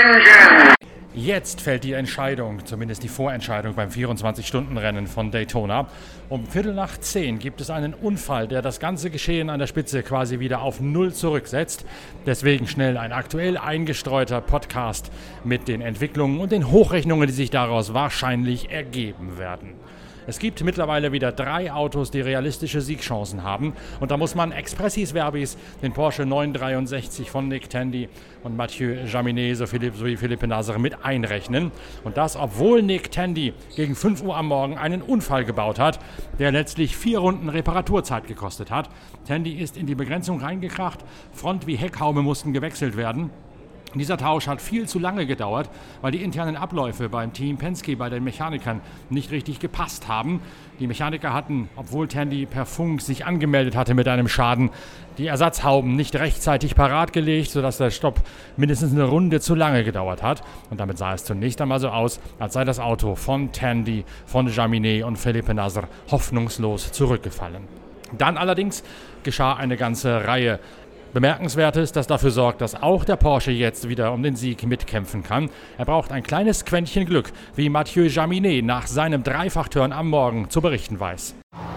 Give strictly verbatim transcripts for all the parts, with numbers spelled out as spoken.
engine! Jetzt fällt die Entscheidung, zumindest die Vorentscheidung beim vierundzwanzig-Stunden-Rennen von Daytona. Um Viertel nach zehn gibt es einen Unfall, der das ganze Geschehen an der Spitze quasi wieder auf Null zurücksetzt. Deswegen schnell ein aktuell eingestreuter Podcast mit den Entwicklungen und den Hochrechnungen, die sich daraus wahrscheinlich ergeben werden. Es gibt mittlerweile wieder drei Autos, die realistische Siegchancen haben. Und da muss man expressis verbis den Porsche neun dreiundsechzig von Nick Tandy und Mathieu Jaminet sowie Felipe Nasr mit einrechnen. Und das, obwohl Nick Tandy gegen fünf Uhr am Morgen einen Unfall gebaut hat, der letztlich vier Runden Reparaturzeit gekostet hat. Tandy ist in die Begrenzung reingekracht, Front- wie Heckhaume mussten gewechselt werden. Dieser Tausch hat viel zu lange gedauert, weil die internen Abläufe beim Team Penske bei den Mechanikern nicht richtig gepasst haben. Die Mechaniker hatten, obwohl Tandy per Funk sich angemeldet hatte mit einem Schaden, die Ersatzhauben nicht rechtzeitig parat gelegt, sodass der Stopp mindestens eine Runde zu lange gedauert hat. Und damit sah es zunächst einmal so aus, als sei das Auto von Tandy, von Jaminet und Felipe Nasr hoffnungslos zurückgefallen. Dann allerdings geschah eine ganze Reihe Bemerkenswertes, das dafür sorgt, dass auch der Porsche jetzt wieder um den Sieg mitkämpfen kann. Er braucht ein kleines Quäntchen Glück, wie Mathieu Jaminet nach seinem Dreifachturn am Morgen zu berichten weiß.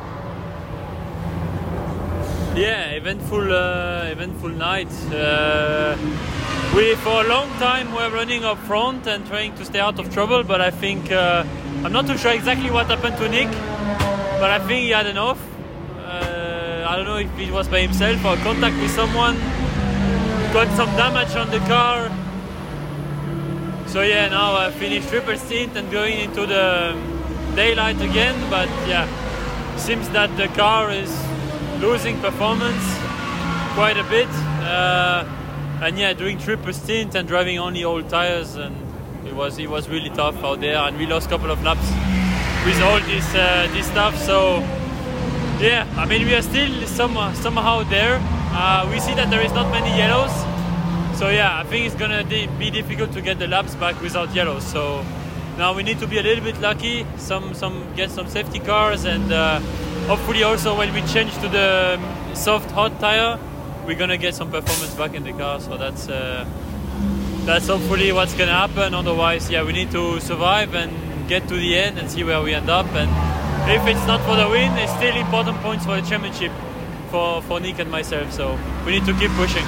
Yeah, eventful, uh, eventful night. Uh, we for a long time were running up front and trying to stay out of trouble, but I think uh, I'm not too sure exactly what happened to Nick, but I think he had enough. I don't know if it was by himself or contact with someone, got some damage on the car. So yeah, now I finished triple stint and going into the daylight again, but yeah, seems that the car is losing performance quite a bit. Uh, and yeah, doing triple stint and driving only old tires, and it was it was really tough out there, and we lost a couple of laps with all this uh, this stuff. So yeah, I mean, we are still some, somehow there. Uh, we see that there is not many yellows. So yeah, I think it's gonna be difficult to get the laps back without yellows. So now we need to be a little bit lucky, some, some get some safety cars, and uh, hopefully also when we change to the soft hot tire, we're gonna get some performance back in the car. So that's uh, that's hopefully what's gonna happen. Otherwise, yeah, we need to survive and get to the end and see where we end up. And if it's not for the win, it's still important points for the championship for, for Nick and myself. So we need to keep pushing.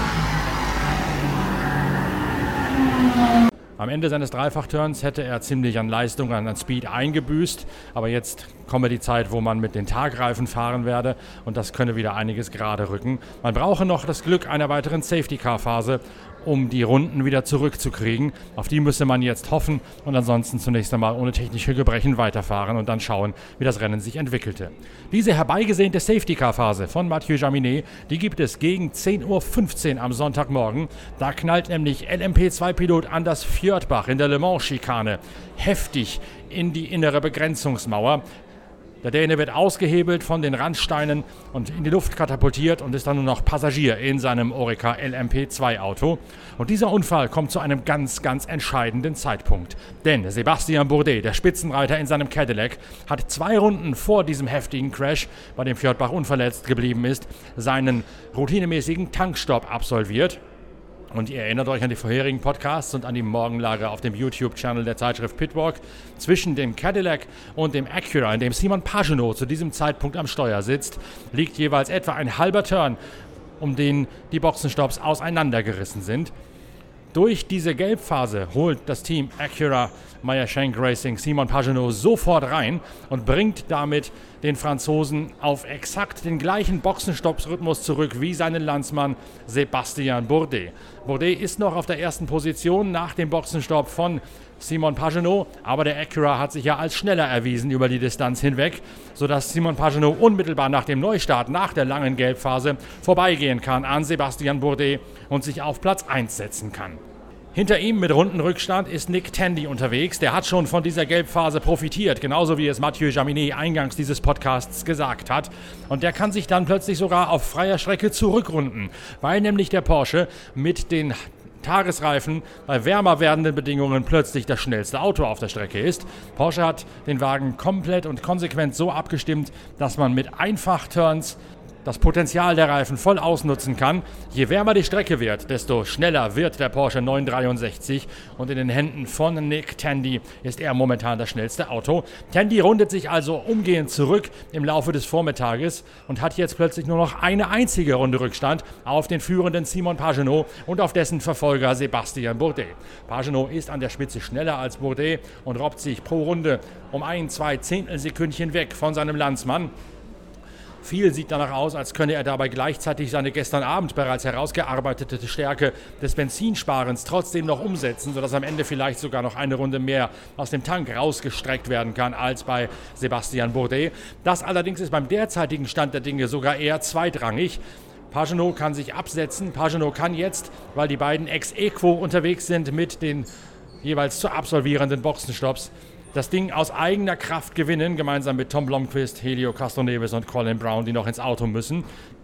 Am Ende seines Dreifachturns hätte er ziemlich an Leistung, an Speed eingebüßt. Aber jetzt komme die Zeit, wo man mit den Tagreifen fahren werde. Und das könne wieder einiges gerade rücken. Man brauche noch das Glück einer weiteren Safety-Car-Phase, um die Runden wieder zurückzukriegen. Auf die müsse man jetzt hoffen und ansonsten zunächst einmal ohne technische Gebrechen weiterfahren und dann schauen, wie das Rennen sich entwickelte. Diese herbeigesehnte Safety-Car-Phase von Mathieu Jaminet, die gibt es gegen zehn Uhr fünfzehn am Sonntagmorgen. Da knallt nämlich L M P zwei Pilot Anders Fjordbach in der Le Mans-Schikane heftig in die innere Begrenzungsmauer. Der Däne wird ausgehebelt von den Randsteinen und in die Luft katapultiert und ist dann nur noch Passagier in seinem Oreca L M P zwei Auto. Und dieser Unfall kommt zu einem ganz, ganz entscheidenden Zeitpunkt. Denn Sébastien Bourdais, der Spitzenreiter in seinem Cadillac, hat zwei Runden vor diesem heftigen Crash, bei dem Fjordbach unverletzt geblieben ist, seinen routinemäßigen Tankstopp absolviert. Und ihr erinnert euch an die vorherigen Podcasts und an die Morgenlage auf dem YouTube-Channel der Zeitschrift Pitwalk. Zwischen dem Cadillac und dem Acura, in dem Simon Pagenaud zu diesem Zeitpunkt am Steuer sitzt, liegt jeweils etwa ein halber Turn, um den die Boxenstopps auseinandergerissen sind. Durch diese Gelbphase holt das Team Acura Meyer Shank Racing Simon Pagenaud sofort rein und bringt damit den Franzosen auf exakt den gleichen Boxenstoppsrhythmus zurück wie seinen Landsmann Sébastien Bourdais. Bourdais ist noch auf der ersten Position nach dem Boxenstopp von Simon Pagenaud, aber der Acura hat sich ja als schneller erwiesen über die Distanz hinweg, sodass Simon Pagenaud unmittelbar nach dem Neustart, nach der langen Gelbphase, vorbeigehen kann an Sébastien Bourdais und sich auf Platz eins setzen kann. Hinter ihm mit Rundenrückstand ist Nick Tandy unterwegs. Der hat schon von dieser Gelbphase profitiert, genauso wie es Mathieu Jaminet eingangs dieses Podcasts gesagt hat. Und der kann sich dann plötzlich sogar auf freier Strecke zurückrunden, weil nämlich der Porsche mit den Tagesreifen bei wärmer werdenden Bedingungen plötzlich das schnellste Auto auf der Strecke ist. Porsche hat den Wagen komplett und konsequent so abgestimmt, dass man mit Einfachturns das Potenzial der Reifen voll ausnutzen kann. Je wärmer die Strecke wird, desto schneller wird der Porsche neun dreiundsechzig und in den Händen von Nick Tandy ist er momentan das schnellste Auto. Tandy rundet sich also umgehend zurück im Laufe des Vormittages und hat jetzt plötzlich nur noch eine einzige Runde Rückstand auf den führenden Simon Pagenaud und auf dessen Verfolger Sébastien Bourdais. Pagenaud ist an der Spitze schneller als Bourdais und robbt sich pro Runde um ein, zwei Zehntelsekündchen weg von seinem Landsmann. Viel sieht danach aus, als könne er dabei gleichzeitig seine gestern Abend bereits herausgearbeitete Stärke des Benzinsparens trotzdem noch umsetzen, sodass am Ende vielleicht sogar noch eine Runde mehr aus dem Tank rausgestreckt werden kann als bei Sébastien Bourdais. Das allerdings ist beim derzeitigen Stand der Dinge sogar eher zweitrangig. Pagenaud kann sich absetzen. Pagenaud kann jetzt, weil die beiden ex aequo unterwegs sind mit den jeweils zu absolvierenden Boxenstopps, das Ding aus eigener Kraft gewinnen, gemeinsam mit Tom Blomqvist, Helio Castroneves und Colin Brown, die noch ins Auto müssen.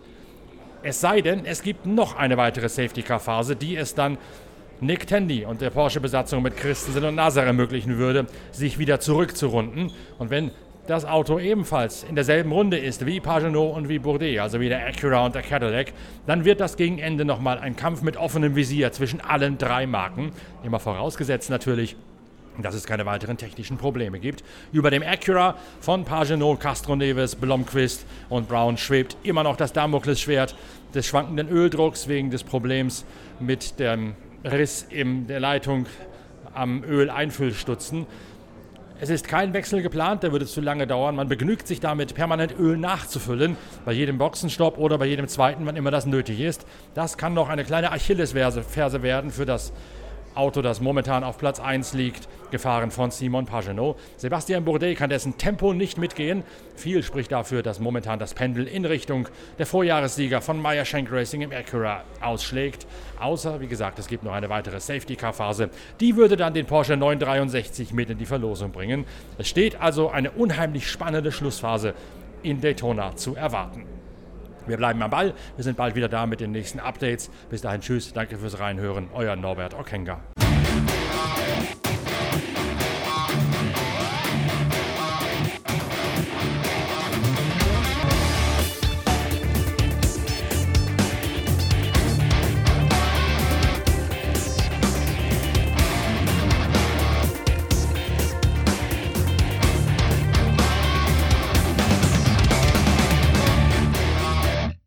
Es sei denn, es gibt noch eine weitere Safety-Car-Phase, die es dann Nick Tandy und der Porsche-Besatzung mit Christensen und Nasser ermöglichen würde, sich wieder zurückzurunden. Und wenn das Auto ebenfalls in derselben Runde ist wie Pagenaud und wie Bourdais, also wie der Acura und der Cadillac, dann wird das gegen Ende nochmal ein Kampf mit offenem Visier zwischen allen drei Marken. Immer vorausgesetzt natürlich, dass es keine weiteren technischen Probleme gibt. Über dem Acura von Pagenaud, Castroneves, Blomqvist und Brown schwebt immer noch das Damoklesschwert des schwankenden Öldrucks wegen des Problems mit dem Riss in der Leitung am Öleinfüllstutzen. Es ist kein Wechsel geplant, der würde zu lange dauern. Man begnügt sich damit, permanent Öl nachzufüllen, bei jedem Boxenstopp oder bei jedem zweiten, wann immer das nötig ist. Das kann noch eine kleine Achillesferse werden für das Auto, das momentan auf Platz eins liegt, gefahren von Simon Pagenaud. Sébastien Bourdais kann dessen Tempo nicht mitgehen. Viel spricht dafür, dass momentan das Pendel in Richtung der Vorjahressieger von Meyer Shank Racing im Acura ausschlägt. Außer, wie gesagt, es gibt noch eine weitere Safety-Car-Phase. Die würde dann den Porsche neun dreiundsechzig mit in die Verlosung bringen. Es steht also eine unheimlich spannende Schlussphase in Daytona zu erwarten. Wir bleiben am Ball, wir sind bald wieder da mit den nächsten Updates. Bis dahin, tschüss, danke fürs Reinhören, euer Norbert Ockenga.